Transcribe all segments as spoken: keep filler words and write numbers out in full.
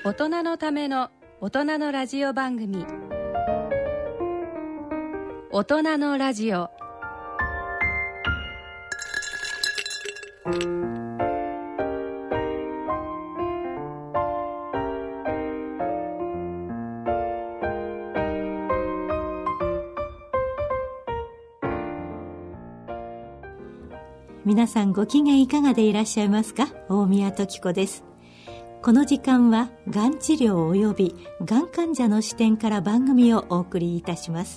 大人のための大人のラジオ番組、大人のラジオ。 皆さんご機嫌いかがでいらっしゃいますか？大宮時子です。この時間はがん治療およびがん患者の視点から番組をお送りいたします。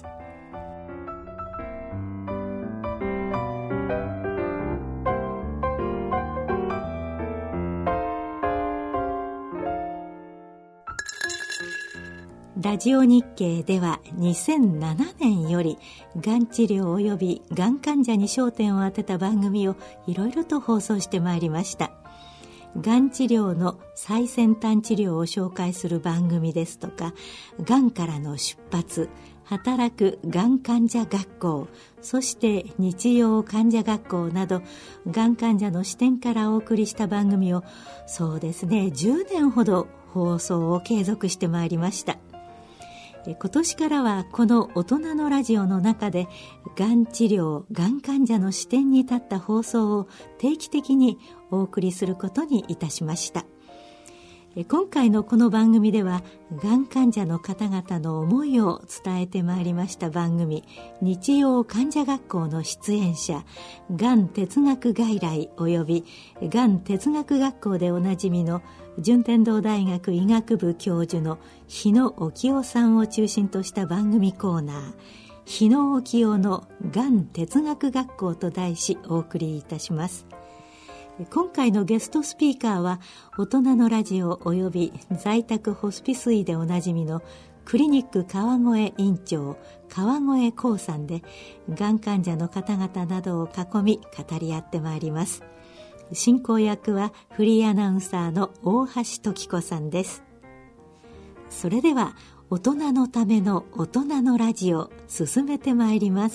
ラジオ日経ではにせんななねんよりがん治療およびがん患者に焦点を当てた番組をいろいろと放送してまいりました。がん治療の最先端治療を紹介する番組ですとか、がんからの出発、働くがん患者学校、そして日曜患者学校など、がん患者の視点からお送りした番組をそうですねじゅうねんほど放送を継続してまいりました。今年からはこの大人のラジオの中でがん治療、がん患者の視点に立った放送を定期的にお送りすることにいたしました。今回のこの番組ではがん患者の方々の思いを伝えてまいりました番組、日曜患者学校の出演者、がん哲学外来およびがん哲学学校でおなじみの順天堂大学医学部教授の日野沖夫さんを中心とした番組コーナー、日野沖夫のがん哲学学校と題しお送りいたします。今回のゲストスピーカーは大人のラジオおよび在宅ホスピス医でおなじみのクリニック川越院長川越光さんで、がん患者の方々などを囲み語り合ってまいります。進行役はフリーアナウンサーの大橋時子さんです。それでは大人のための大人のラジオ、進めてまいります。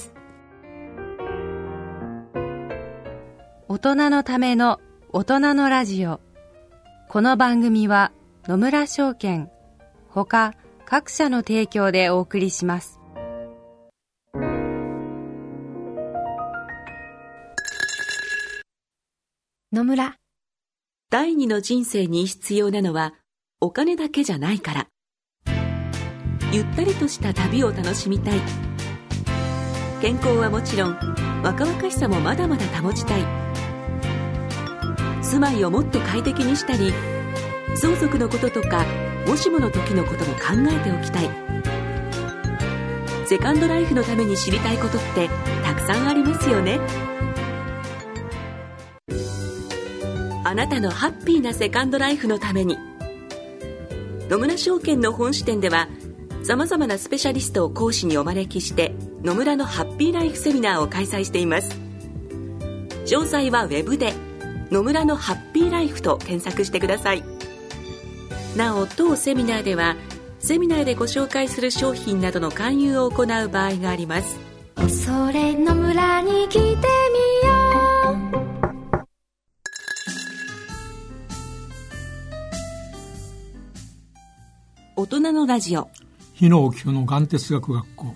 大人のための大人のラジオ。この番組は野村証券ほか各社の提供でお送りします。 野村。第二の人生に必要なのはお金だけじゃないから。ゆったりとした旅を楽しみたい。健康はもちろん若々しさもまだまだ保ちたい。住まいをもっと快適にしたり、相続のこととかもしもの時のことも考えておきたい。セカンドライフのために知りたいことってたくさんありますよね。あなたのハッピーなセカンドライフのために、野村証券の本支店ではさまざまなスペシャリストを講師にお招きして野村のハッピーライフセミナーを開催しています。詳細はウェブで野村のハッピーライフと検索してください。なお当セミナーではセミナーでご紹介する商品などの勧誘を行う場合があります。 それ野村に来てみよう。 大人のラジオ、 日野沖夫のがん哲学学校。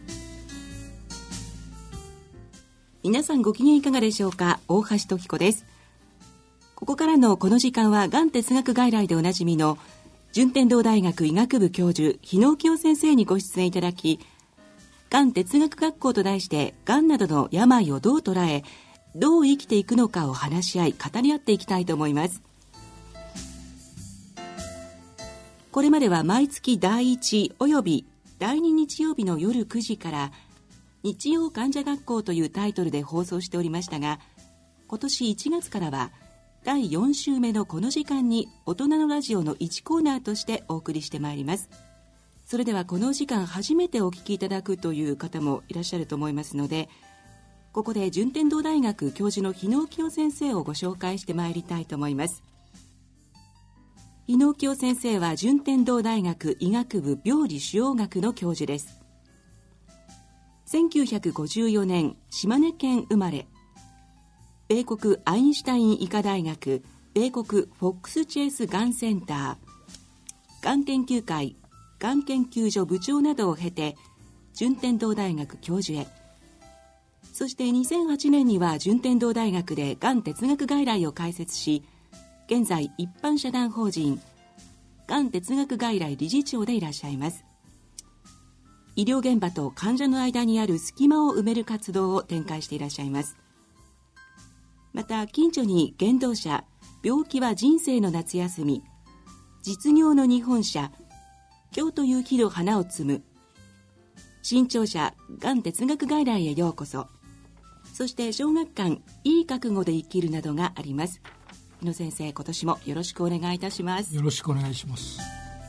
皆さんご機嫌いかがでしょうか？大橋時子です。ここからのこの時間はがん哲学外来でおなじみの順天堂大学医学部教授日野沖夫先生にご出演いただき、がん哲学学校と題してがんなどの病をどう捉え、どう生きていくのかを話し合い語り合っていきたいと思います。これまでは毎月だいいちおよびだいに日曜日の夜くじから日曜患者学校というタイトルで放送しておりましたが、今年いちがつからはだいよん週目のこの時間に大人のラジオのいちコーナーとしてお送りしてまいります。それではこの時間初めてお聞きいただくという方もいらっしゃると思いますので、ここで順天堂大学教授の日野沖夫先生をご紹介してまいりたいと思います。日野沖夫先生は順天堂大学医学部病理腫瘍学の教授です。せんきゅうひゃくごじゅうよねん島根県生まれ、米国アインシュタイン医科大学米国フォックスチェイスがんセンター、 がん研究会がん研究所部長などを経て順天堂大学教授へ、そしてにせんはちねんには順天堂大学でがん哲学外来を開設し、現在一般社団法人がん哲学外来理事長でいらっしゃいます。医療現場と患者の間にある隙間を埋める活動を展開していらっしゃいます。また近所に言動社病気は人生の夏休み、実業の日本社今日という日の花を摘む、新潮社がん哲学外来へようこそ、そして小学館いい覚悟で生きるなどがあります。日野先生、今年もよろしくお願いいたします。 よろしくお願いします。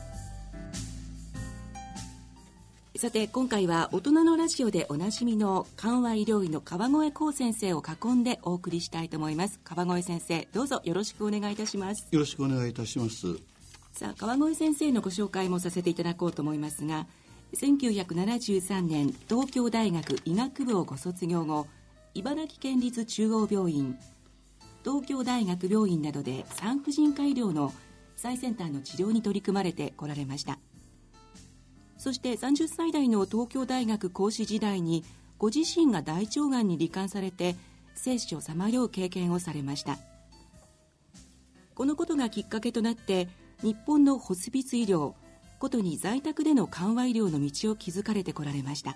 さて今回は大人のラジオでおなじみの緩和医療医の川越幸先生を囲んでお送りしたいと思います。川越先生、どうぞよろしくお願いいたします。 よろしくお願いいたします。 さあ、川越先生のご紹介もさせていただこうと思いますが、せんきゅうひゃくななじゅうさんねん東京大学医学部をご卒業後、茨城県立中央病院、東京大学病院などで産婦人科医療の最先端の治療に取り組まれてこられました。そしてさんじゅっさい代の東京大学講師時代にご自身が大腸がんに罹患されて生死をさまよう経験をされました。このことがきっかけとなって日本のホスピス医療、ことに在宅での緩和医療の道を築かれてこられました。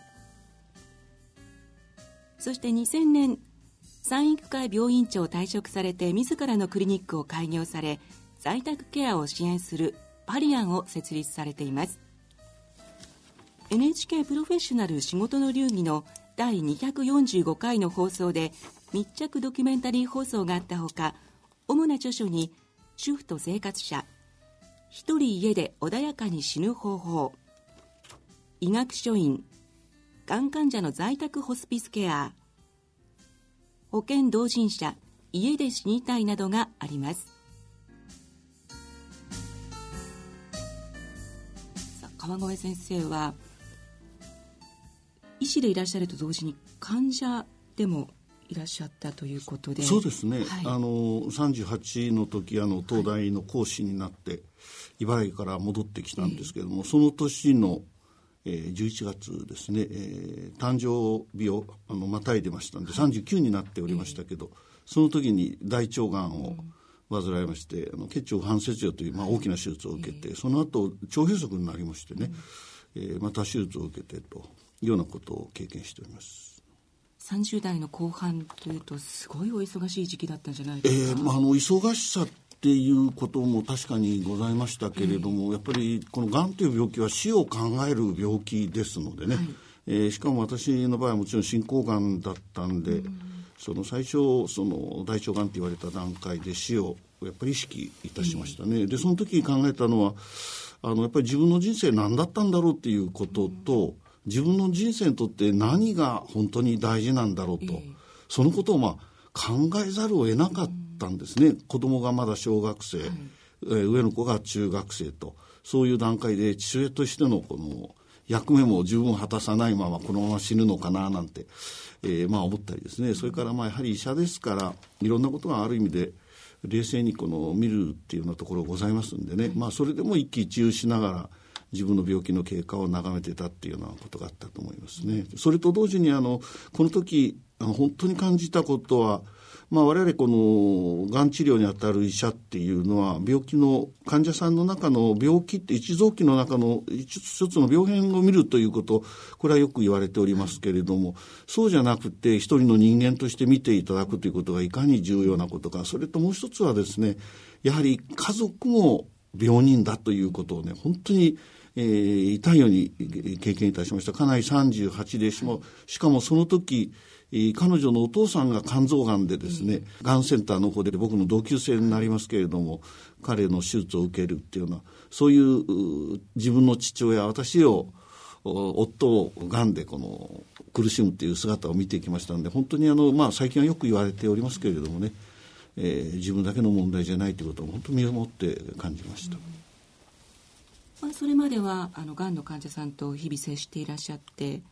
そしてにせんねん産育会病院長を退職されて自らのクリニックを開業され、在宅ケアを支援するパリアンを設立されています。エヌエイチケー プロフェッショナル仕事の流儀のだいにひゃくよんじゅうごかいの放送で密着ドキュメンタリー放送があったほか、主な著書に主婦と生活者、一人家で穏やかに死ぬ方法、医学書院、がん患者の在宅ホスピスケア、保険同人者、家で死にたいなどがあります。さあ、川越先生は医師でいらっしゃると同時に患者でもいらっしゃったということで。 そうですね、 はい、 あのさんじゅうはちの時あの東大の講師になって、はい、茨城から戻ってきたんですけども、えー、その年の、えー、じゅういちがつですね、えー、誕生日をあのまたいでましたんで、はい、さんじゅうきゅうになっておりましたけど、えー、その時に大腸がんを患いまして、あの結腸半切除という、まあ、大きな手術を受けて、えー、その後腸閉塞になりましてね、うん、えー、また手術を受けてというようなことを経験しております。 さんじゅう代の後半というとすごいお忙しい時期だったんじゃないですか。 えーまあ、あの忙しさっていうことも確かにございましたけれども、えー、やっぱりこのがんという病気は死を考える病気ですのでね、はい、えー、しかも私の場合はもちろん進行がんだったんで、うん、その最初その大腸がんと言われた段階で死をやっぱり意識いたしましたね、えー、でその時考えたのはあのやっぱり自分の人生何だったんだろうっていうことと、うん、自分の人生にとって何が本当に大事なんだろうと、えー、そのことをまあ考えざるを得なかったんですね、うん、子供がまだ小学生、はい、えー、上の子が中学生と、そういう段階で父親としてのこの役目も十分果たさないままこのまま死ぬのかななんて、えー、まあ思ったりですね。それからまあやはり医者ですからいろんなことがある意味で冷静にこの見るっていうようなところございますんでね、うん、まあそれでも一喜一憂しながら自分の病気の経過を眺めてたっていうようなことがあったと思いますね。それと同時にあのこの時あの本当に感じたことは、まあ、我々このがん治療にあたる医者っていうのは病気の患者さんの中の病気って一臓器の中の一つの病変を見るということ、これはよく言われておりますけれども、そうじゃなくて一人の人間として見ていただくということがいかに重要なことか。それともう一つはですね、やはり家族も病人だということをね、本当にえー、痛いように経験いたしました。家内さんじゅうはちでしも、しかもその時、えー、彼女のお父さんが肝臓がんでですね、がんセンターの方で僕の同級生になりますけれども、彼の手術を受けるっていうような、そういう自分の父親、私を夫をがんでこの苦しむっていう姿を見てきましたので、本当にあの、まあ、最近はよく言われておりますけれどもね、えー、自分だけの問題じゃないということを本当に身をもって感じました。うん、 まあ、それまではあのがんの患者さんと日々接していらっしゃって、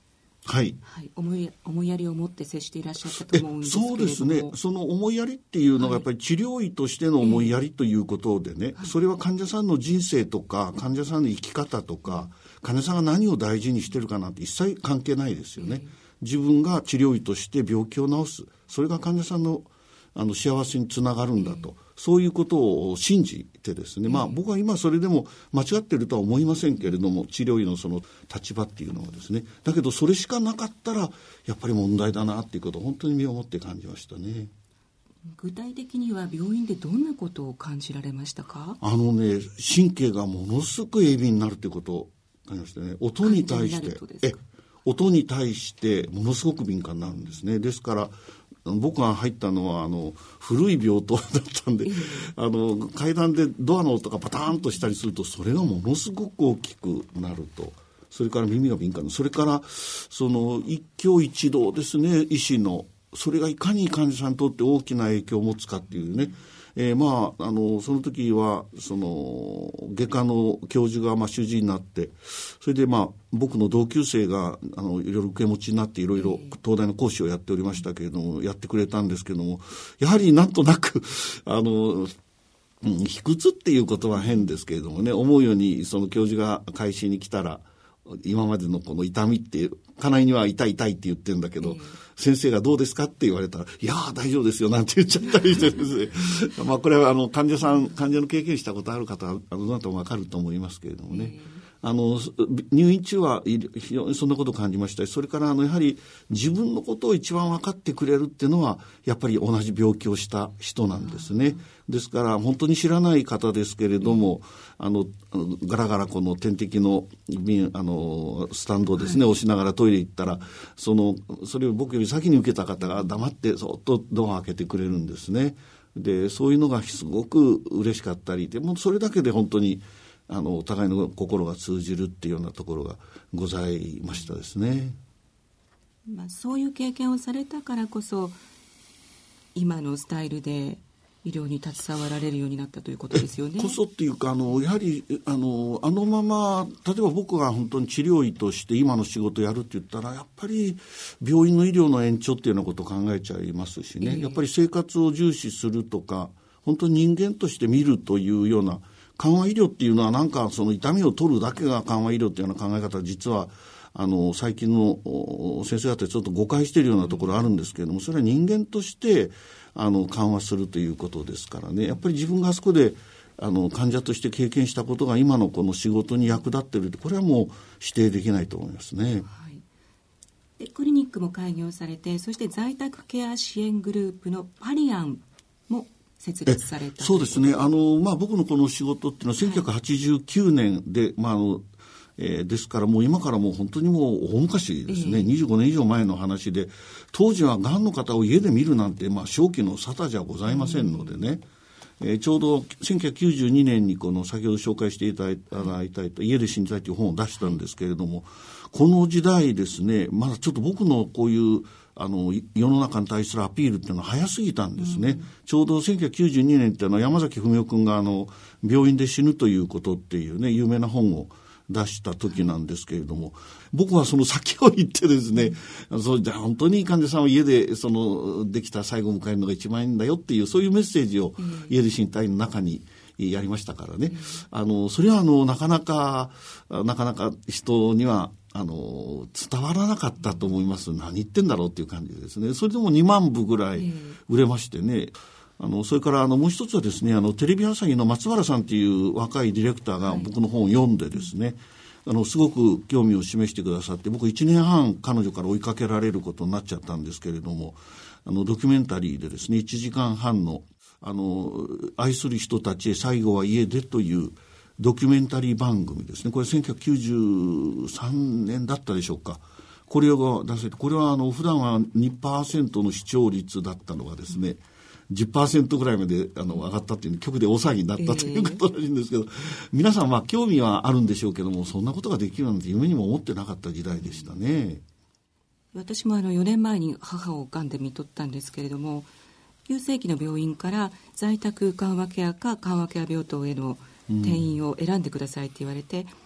はいはい、思い、思いやりを持って接していらっしゃったと思うんですけれども。 そうですね。その思いやりっていうのがやっぱり治療医としての思いやりということでね、はい、それは患者さんの人生とか患者さんの生き方とか、患者さんが何を大事にしてるかなんて一切関係ないですよね。自分が治療医として病気を治す、それが患者さんのあの幸せにつながるんだと、そういうことを信じてですね、まあ僕は今それでも間違ってるとは思いませんけれども、治療医のその立場っていうのはですね、だけどそれしかなかったらやっぱり問題だなっていうことを本当に身をもって感じましたね。 具体的には病院でどんなことを感じられましたか？ あのね、神経がものすごく鋭敏になるということを感じましたね。音に対してえ音に対してものすごく敏感になるんですね。ですから僕が入ったのはあの古い病棟だったんで、あの階段でドアの音がパターンとしたりするとそれがものすごく大きくなると、それから耳が敏感、それからその一挙一動ですね、医師のそれがいかに患者さんにとって大きな影響を持つかっていうね、えー、まああのその時はその外科の教授がまあ主治医になって、それでまあ僕の同級生があのいろいろ受け持ちになっていろいろ東大の講師をやっておりましたけれども、やってくれたんですけども、やはりなんとなくあのうん、卑屈っていうことは変ですけれどもね、思うようにその教授が開始に来たら今までのこの痛みって家内には痛い痛いって言ってるんだけど、えー、先生がどうですかって言われたら、いやー大丈夫ですよなんて言っちゃったりしてですねまあこれはあの患者さん患者の経験したことある方はどなたも分かると思いますけれどもね、えー、あの入院中は非常にそんなことを感じましたし、それからあのやはり自分のことを一番分かってくれるっていうのはやっぱり同じ病気をした人なんですね。ですから本当に知らない方ですけれども、あのガラガラこの点滴のあのスタンドをですね、はい、押しながらトイレ行ったら、そのそれを僕より先に受けた方が黙ってそっとドアを開けてくれるんですね。でそういうのがすごく嬉しかったりで、もうそれだけで本当にあのお互いの心が通じるっていうようなところがございましたですね。 まあ、そういう経験をされたからこそ今のスタイルで医療に携わられるようになったということですよね。 こそっていうか、あのやはりあのあのまま例えば僕が本当に治療医として今の仕事をやるって言ったら、やっぱり病院の医療の延長っていうようなことを考えちゃいますしね、えー、やっぱり生活を重視するとか、本当に人間として見るというような緩和医療っていうのは、なんかその痛みを取るだけが緩和医療っていうような考え方は実はあの最近の先生方ちょっと誤解しているようなところあるんですけれども、それは人間としてあの緩和するということですからね、やっぱり自分があそこであの患者として経験したことが今のこの仕事に役立っているって、これはもう否定できないと思いますね。はい、 でクリニックも開業されて、そして在宅ケア支援グループのパリアンも設立された。 そうですね、あの、まあ、僕のこの仕事っていうのはせんきゅうひゃくはちじゅうきゅうねんで、はい、まああのえー、ですからもう今からもう本当にもう大昔ですね、えー、にじゅうごねん以上前の話で、当時はがんの方を家で見るなんて、まあ、正気の沙汰じゃございませんのでね、うんえー、ちょうどせんきゅうひゃくきゅうじゅうにねんにこの先ほど紹介していただいたいと家で死にたいという本を出したんですけれども、この時代ですね、まだちょっと僕のこういうあの世の中に対するアピールっていうのは早すぎたんですね、うん、ちょうどせんきゅうひゃくきゅうじゅうにねんっていうのは山崎文夫君があの病院で死ぬということっていうね有名な本を出した時なんですけれども、僕はその先を言ってですね、そうじゃあ本当に患者さんを家でそのできた最後を迎えるのが一番いいんだよっていう、そういうメッセージを家で死にたいの中にやりましたからね、あのそれはあのなかなかなかなか人にはあの伝わらなかったと思います。何言ってんだろうっていう感じですね。それでもにまんぶぐらい売れましてね、あのそれからあのもう一つはですね、あのテレビ朝日の松原さんという若いディレクターが僕の本を読んでですね、はい、あのすごく興味を示してくださって、僕いちねんはん彼女から追いかけられることになっちゃったんですけれども、あのドキュメンタリーでですねいちじかんはんのあの愛する人たちへ最後は家でというドキュメンタリー番組ですね。これせんきゅうひゃくきゅうじゅうさんねんだったでしょうか。これが出せて、これはあの普段は にパーセント の視聴率だったのがですね、じゅっパーセント ぐらいまであの上がったっていう局で大騒ぎになったということらしいんですけど、えー、皆さんまあ興味はあるんでしょうけども、そんなことができるなんて夢にも思ってなかった時代でしたね。 私もあのよねんまえに母をがんで看取ったんですけれども、急性期の病院から在宅緩和ケアか緩和ケア病棟への転院を選んでくださいって言われて、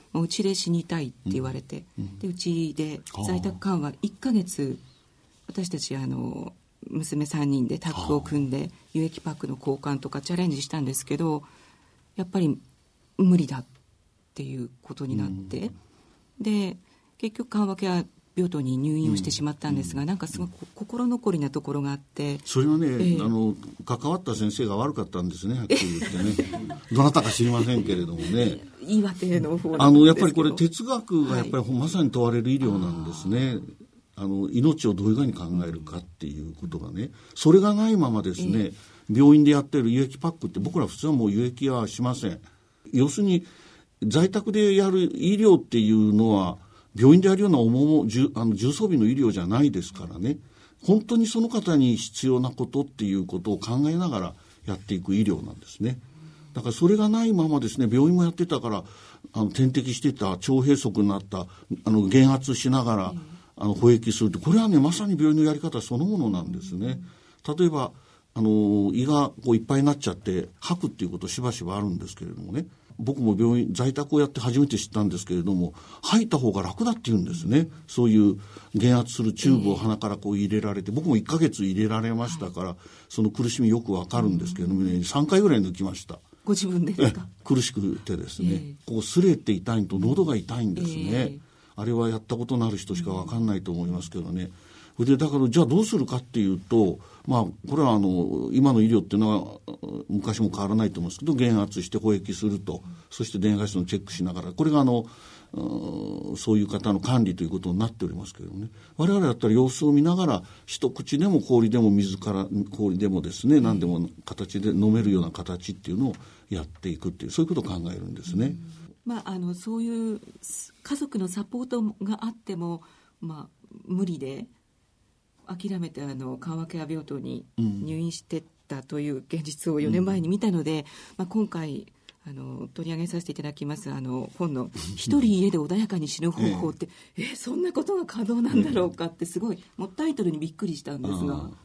もううちで死にたいって言われて、うん、でうちで在宅緩和いっかげつ、私たちあの娘さんにんでタッグを組んで輸液パックの交換とかチャレンジしたんですけど、やっぱり無理だっていうことになって、うん、で結局緩和ケア病棟に入院をしてしまったんですが、うん、なんかすごく心残りなところがあって、 それはね、えー、あの関わった先生が悪かったんですね、はっきり言ってねどなたか知りませんけれどもね岩手の方なんですけど、 あのやっぱりこれ哲学がやっぱり、はい、まさに問われる医療なんですね。あの命をどういうふうに考えるかっていうことがね、それがないままですね、えー、病院でやっている輸液パックって僕ら普通はもう輸液はしません。要するに在宅でやる医療っていうのは病院でやるような重重あの重装備の医療じゃないですからね、本当にその方に必要なことっていうことを考えながらやっていく医療なんですね。だからそれがないままですね、病院もやってたからあの点滴してた腸閉塞になったあの減圧しながら、うんあの保液するって、これはねまさに病院のやり方そのものなんですね。例えばあの胃がこういっぱいになっちゃって吐くっていうことしばしばあるんですけれどもね、僕も病院在宅をやって初めて知ったんですけれども、吐いた方が楽だって言うんですね。そういう減圧するチューブを鼻からこう入れられて、僕もいっかげつ入れられましたから、その苦しみよくわかるんですけれどもね、さんかいぐらい抜きました。 ご自分でですか？ 苦しくてですね、えー、こう擦れて痛いと喉が痛いんですね、えーあれはやったことのある人しか分かんないと思いますけどね。でだからじゃあどうするかっていうと、まあこれはあの今の医療っていうのは昔も変わらないと思うんですけど、減圧して保液すると、そして電解質のチェックしながら、これがあのそういう方の管理ということになっておりますけれどもね、我々だったら様子を見ながら一口でも氷でも水から氷でもですね、何でも形で飲めるような形っていうのをやっていくっていう、そういうことを考えるんですね。 まあ、あのそういう家族のサポートがあっても、まあ、無理で諦めてあの緩和ケア病棟に入院してたという現実をよねんまえに見たので、うんまあ、今回あの取り上げさせていただきますあの本の一人家で穏やかに死ぬ方法って、えー、えそんなことが可能なんだろうかってすごいもうタイトルにびっくりしたんですが、はい、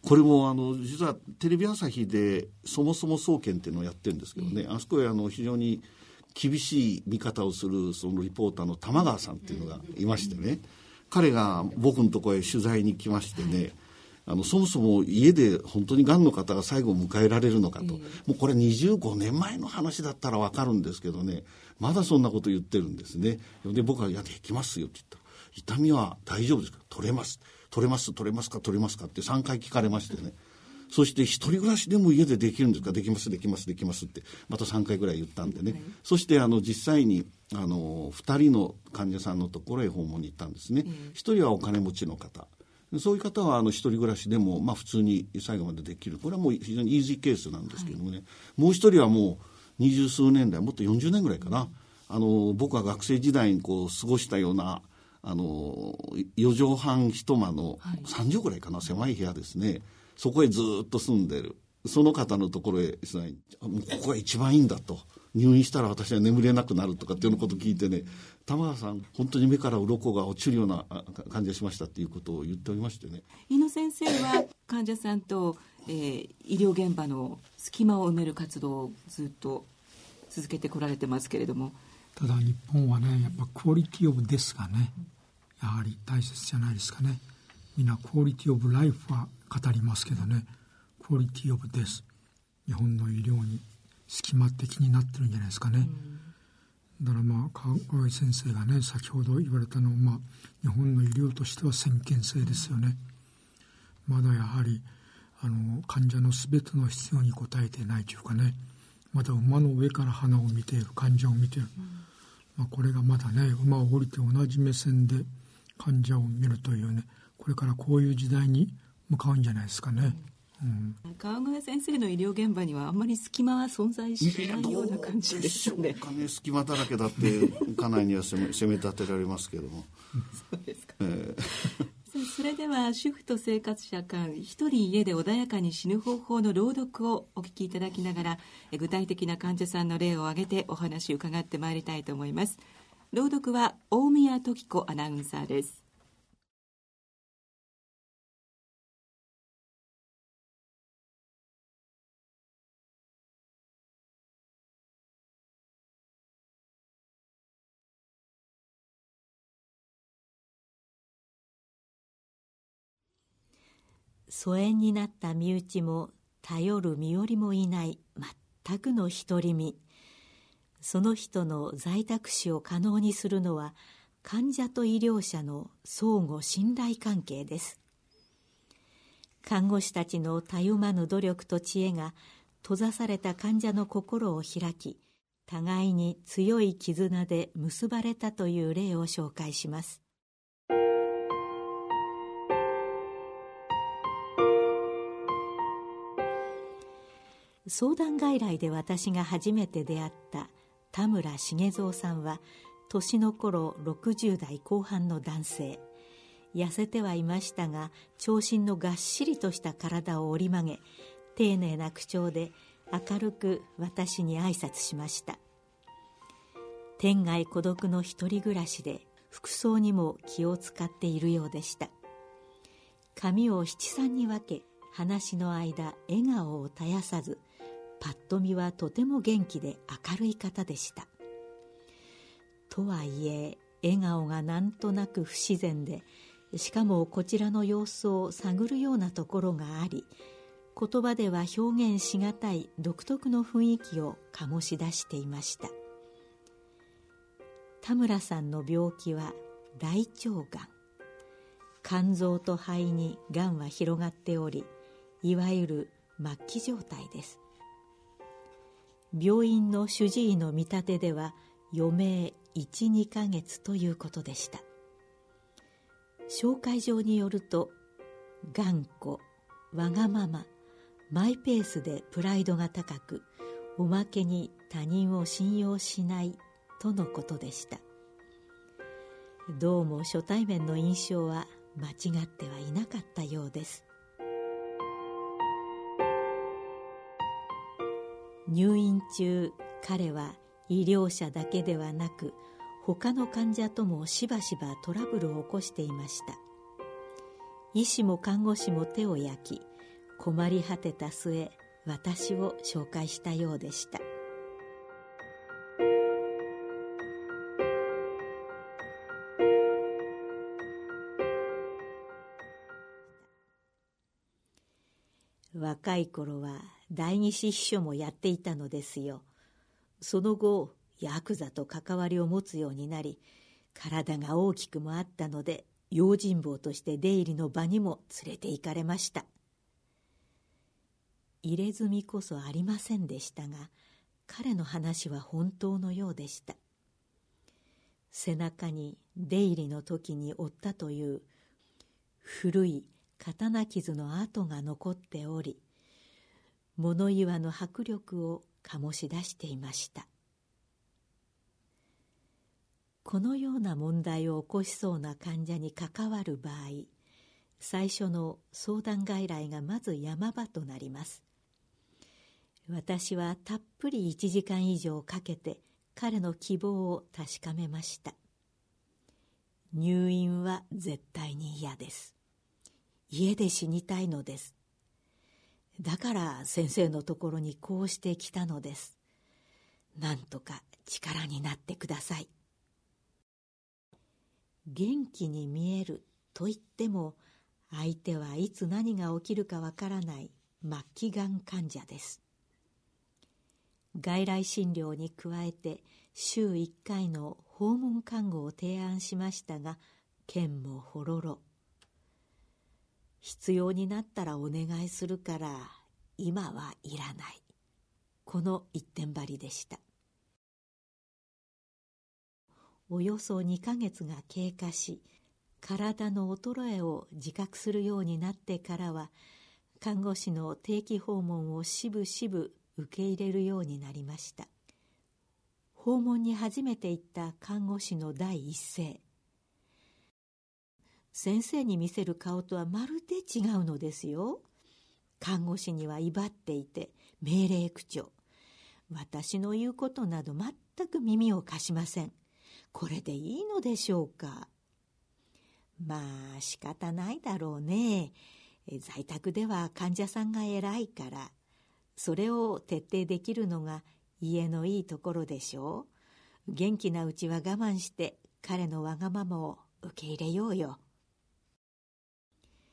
これもあの実はテレビ朝日でそもそも総研っていうのをやってるんですけどね、えー、あそこへあの非常に厳しい見方をするそのリポーターの玉川さんっていうのがいましてね、彼が僕のところへ取材に来ましてね、あのそもそも家で本当にがんの方が最後を迎えられるのかと、もうこれにじゅうごねんまえの話だったら分かるんですけどね、まだそんなこと言ってるんですね。で僕は「いやできますよ」って言ったら「痛みは大丈夫ですか？取れます取れます取れますか取れますか」ってさんかい聞かれましてね、そして一人暮らしでも家でできるんですか？できますできますできますってまたさんかいぐらい言ったんでね、はい、そしてあの実際にあのふたりの患者さんのところへ訪問に行ったんですね。ひとりはお金持ちの方、そういう方はあの一人暮らしでも、まあ、普通に最後までできる、これはもう非常にイージーケースなんですけどもね、はい、もう一人はもう二十数年代もっとよんじゅうねんぐらいかな、あの僕が学生時代にこう過ごしたようなあのよじょうはん一間のさんじょうぐらいかな、狭い部屋ですね、そこへずっと住んでるその方のところへもうここが一番いいんだと、入院したら私は眠れなくなるとかっていうようなことを聞いてね、玉川さん本当に目から鱗が落ちるような感じがしましたっていうことを言っておりましてね。 井野先生は患者さんと、えー、医療現場の隙間を埋める活動をずっと続けてこられてますけれども、 ただ日本はねやっぱクオリティオブデスがねやはり大切じゃないですかね。みんなクオリティオブライフは語りますけどね、クオリティオブデス、日本の医療に隙間的になってるんじゃないですかね、うん、だからまあ川合先生がね先ほど言われたのは、まあ、日本の医療としては先見性ですよね。まだやはりあの患者の全ての必要に応えていないというかね、まだ馬の上から花を見ている、患者を見ている、うんまあ、これがまだね馬を降りて同じ目線で患者を見るというね、これからこういう時代に向かうんじゃないですかね、うんうん、 川越先生の医療現場にはあんまり隙間は存在しないような感じですね。 ね隙間だらけだって家内には責め、責め立てられますけどもそうですか、えー、それでは主婦と生活者間一人家で穏やかに死ぬ方法の朗読をお聞きいただきながら、具体的な患者さんの例を挙げてお話を伺ってまいりたいと思います。朗読は大宮時子アナウンサーです。 疎遠になった身内も頼る身寄りもいない全くの独り身。その人の在宅死を可能にするのは患者と医療者の相互信頼関係です。看護師たちのたゆまぬ努力と知恵が閉ざされた患者の心を開き、互いに強い絆で結ばれたという例を紹介します。相談外来で私が初めて出会った田村重蔵さんは、年の頃ろくじゅう代後半の男性。痩せてはいましたが、長身のがっしりとした体を折り曲げ、丁寧な口調で明るく私に挨拶しました。天涯孤独の一人暮らしで、服装にも気を使っているようでした。髪を七三に分け、話の間笑顔を絶やさず、パッと見はとても元気で明るい方でした。とはいえ笑顔がなんとなく不自然で、しかもこちらの様子を探るようなところがあり、言葉では表現しがたい独特の雰囲気を醸し出していました。田村さんの病気は大腸がん。肝臓と肺にがんは広がっており、いわゆる末期状態です。病院の主治医の見立てでは余命いち、にかげつということでした。紹介状によると、頑固、わがまま、マイペースでプライドが高く、おまけに他人を信用しないとのことでした。どうも初対面の印象は間違ってはいなかったようです。入院中、彼は医療者だけではなく、他の患者ともしばしばトラブルを起こしていました。医師も看護師も手を焼き、困り果てた末、私を紹介したようでした。若い頃は第二子秘書もやっていたのですよ。その後、ヤクザと関わりを持つようになり、体が大きくもあったので、用心棒として出入りの場にも連れて行かれました。入れ墨こそありませんでしたが、彼の話は本当のようでした。背中に出入りの時に負ったという古い刀傷の跡が残っており、物言わぬ迫力を醸し出していました。このような問題を起こしそうな患者に関わる場合、最初の相談外来がまず山場となります。私はたっぷりいちじかん以上かけて彼の希望を確かめました。入院は絶対に嫌です。家で死にたいのです。だから先生のところにこうして来たのです。なんとか力になってください。元気に見えると言っても、相手はいつ何が起きるかわからない末期がん患者です。外来診療に加えて週いっかいの訪問看護を提案しましたが、県もほろろ。必要になったらお願いするから今はいらない。この一点張りでした。およそにかげつが経過し、体の衰えを自覚するようになってからは、看護師の定期訪問をしぶしぶ受け入れるようになりました。訪問に初めて行った看護師の第一声。先生に見せる顔とはまるで違うのですよ。看護師には威張っていて命令口調。私の言うことなど全く耳を貸しません。これでいいのでしょうか。まあ仕方ないだろうね。在宅では患者さんが偉いから、それを徹底できるのが家のいいところでしょう。元気なうちは我慢して彼のわがままを受け入れようよ。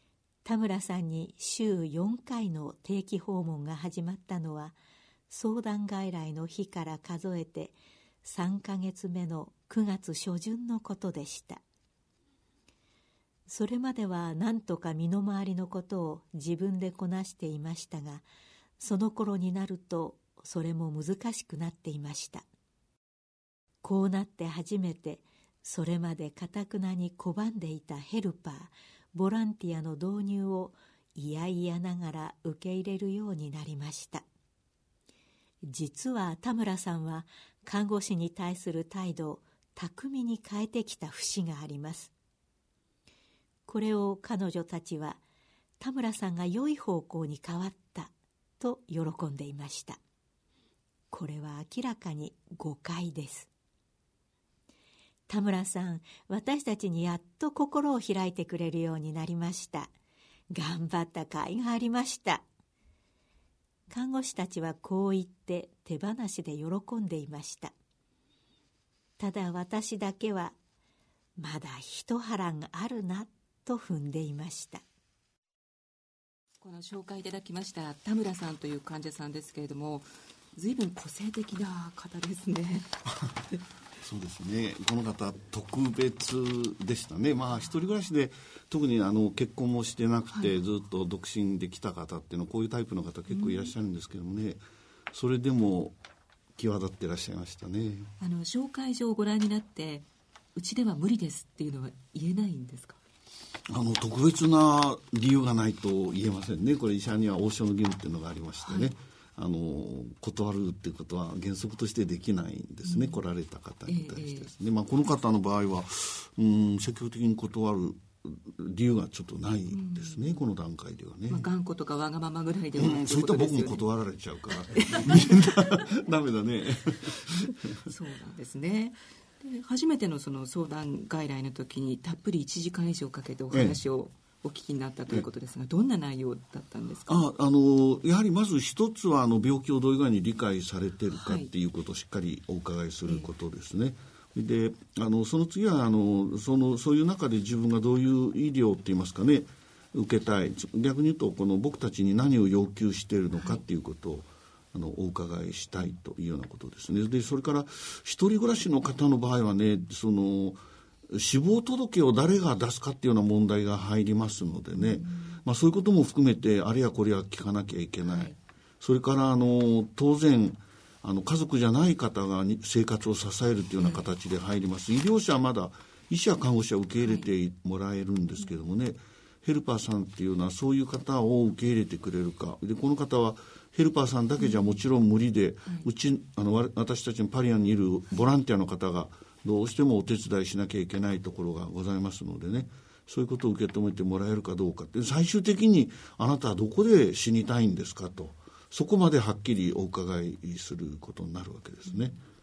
田村さんに週よんかいの定期訪問が始まったのは、相談外来の日から数えてさんかげつめのくがつ初旬のことでした。それまでは何とか身の回りのことを自分でこなしていましたが、その頃になるとそれも難しくなっていました。こうなって初めて、それまで頑なに拒んでいたヘルパー、ボランティアの導入をいやいやながら受け入れるようになりました。実は田村さんは看護師に対する態度を巧みに変えてきた節があります。これを彼女たちは田村さんが良い方向に変わったと喜んでいました。これは明らかに誤解です。田村さん、私たちにやっと心を開いてくれるようになりました。頑張った甲斐がありました。看護師たちはこう言って手放しで喜んでいました。ただ私だけはまだ一波乱があるなと踏んでいました。 この紹介いただきました田村さんという患者さんですけれども、随分個性的な方ですね。 そうですね、この方特別でしたね。まあ一人暮らしで特にあの結婚もしてなくて、はい、ずっと独身で来た方っていうのはこういうタイプの方結構いらっしゃるんですけどもね、うん、それでも際立っていらっしゃいましたね。 あの紹介状をご覧になってうちでは無理ですっていうのは言えないんですか？ あの特別な理由がないと言えませんね。これ医者には応召の義務っていうのがありましてね、はい、あの断るっていうことは原則としてできないんですね、うん、来られた方に対してですね、えーまあ、この方の場合はうん積極的に断る理由がちょっとないですね、うん、この段階ではね、 まあ、頑固とかわがままぐらいではない、うん、 そういった僕も断られちゃうからみんなダメだねそうなんですね。で初めてのその相談外来の時にたっぷりいちじかん以上かけてお話を、ええお聞きになったということですが、どんな内容だったんですか？ ああのやはりまず一つはあの病気をどういうふうに理解されているかっていうことをしっかりお伺いすることですね、はい、であのその次はあのそのそういう中で自分がどういう医療って言いますかね受けたい、逆に言うとこの僕たちに何を要求しているのかっていうことを、はい、あのお伺いしたいというようなことですね。でそれから一人暮らしの方の場合はね、その死亡届を誰が出すかっていうような問題が入りますのでね、うんまあ、そういうことも含めてあれやこれや聞かなきゃいけない、はい、それからあの当然あの家族じゃない方が生活を支えるというような形で入ります、はい、医療者はまだ医師や看護師は受け入れてもらえるんですけどもね、はい、ヘルパーさんっていうのはそういう方を受け入れてくれるかで、この方はヘルパーさんだけじゃもちろん無理で、はい、うちあの私たちのパリアにいるボランティアの方がどうしてもお手伝いしなきゃいけないところがございますのでね、そういうことを受け止めてもらえるかどうかって、最終的にあなたはどこで死にたいんですかと、そこまではっきりお伺いすることになるわけですね。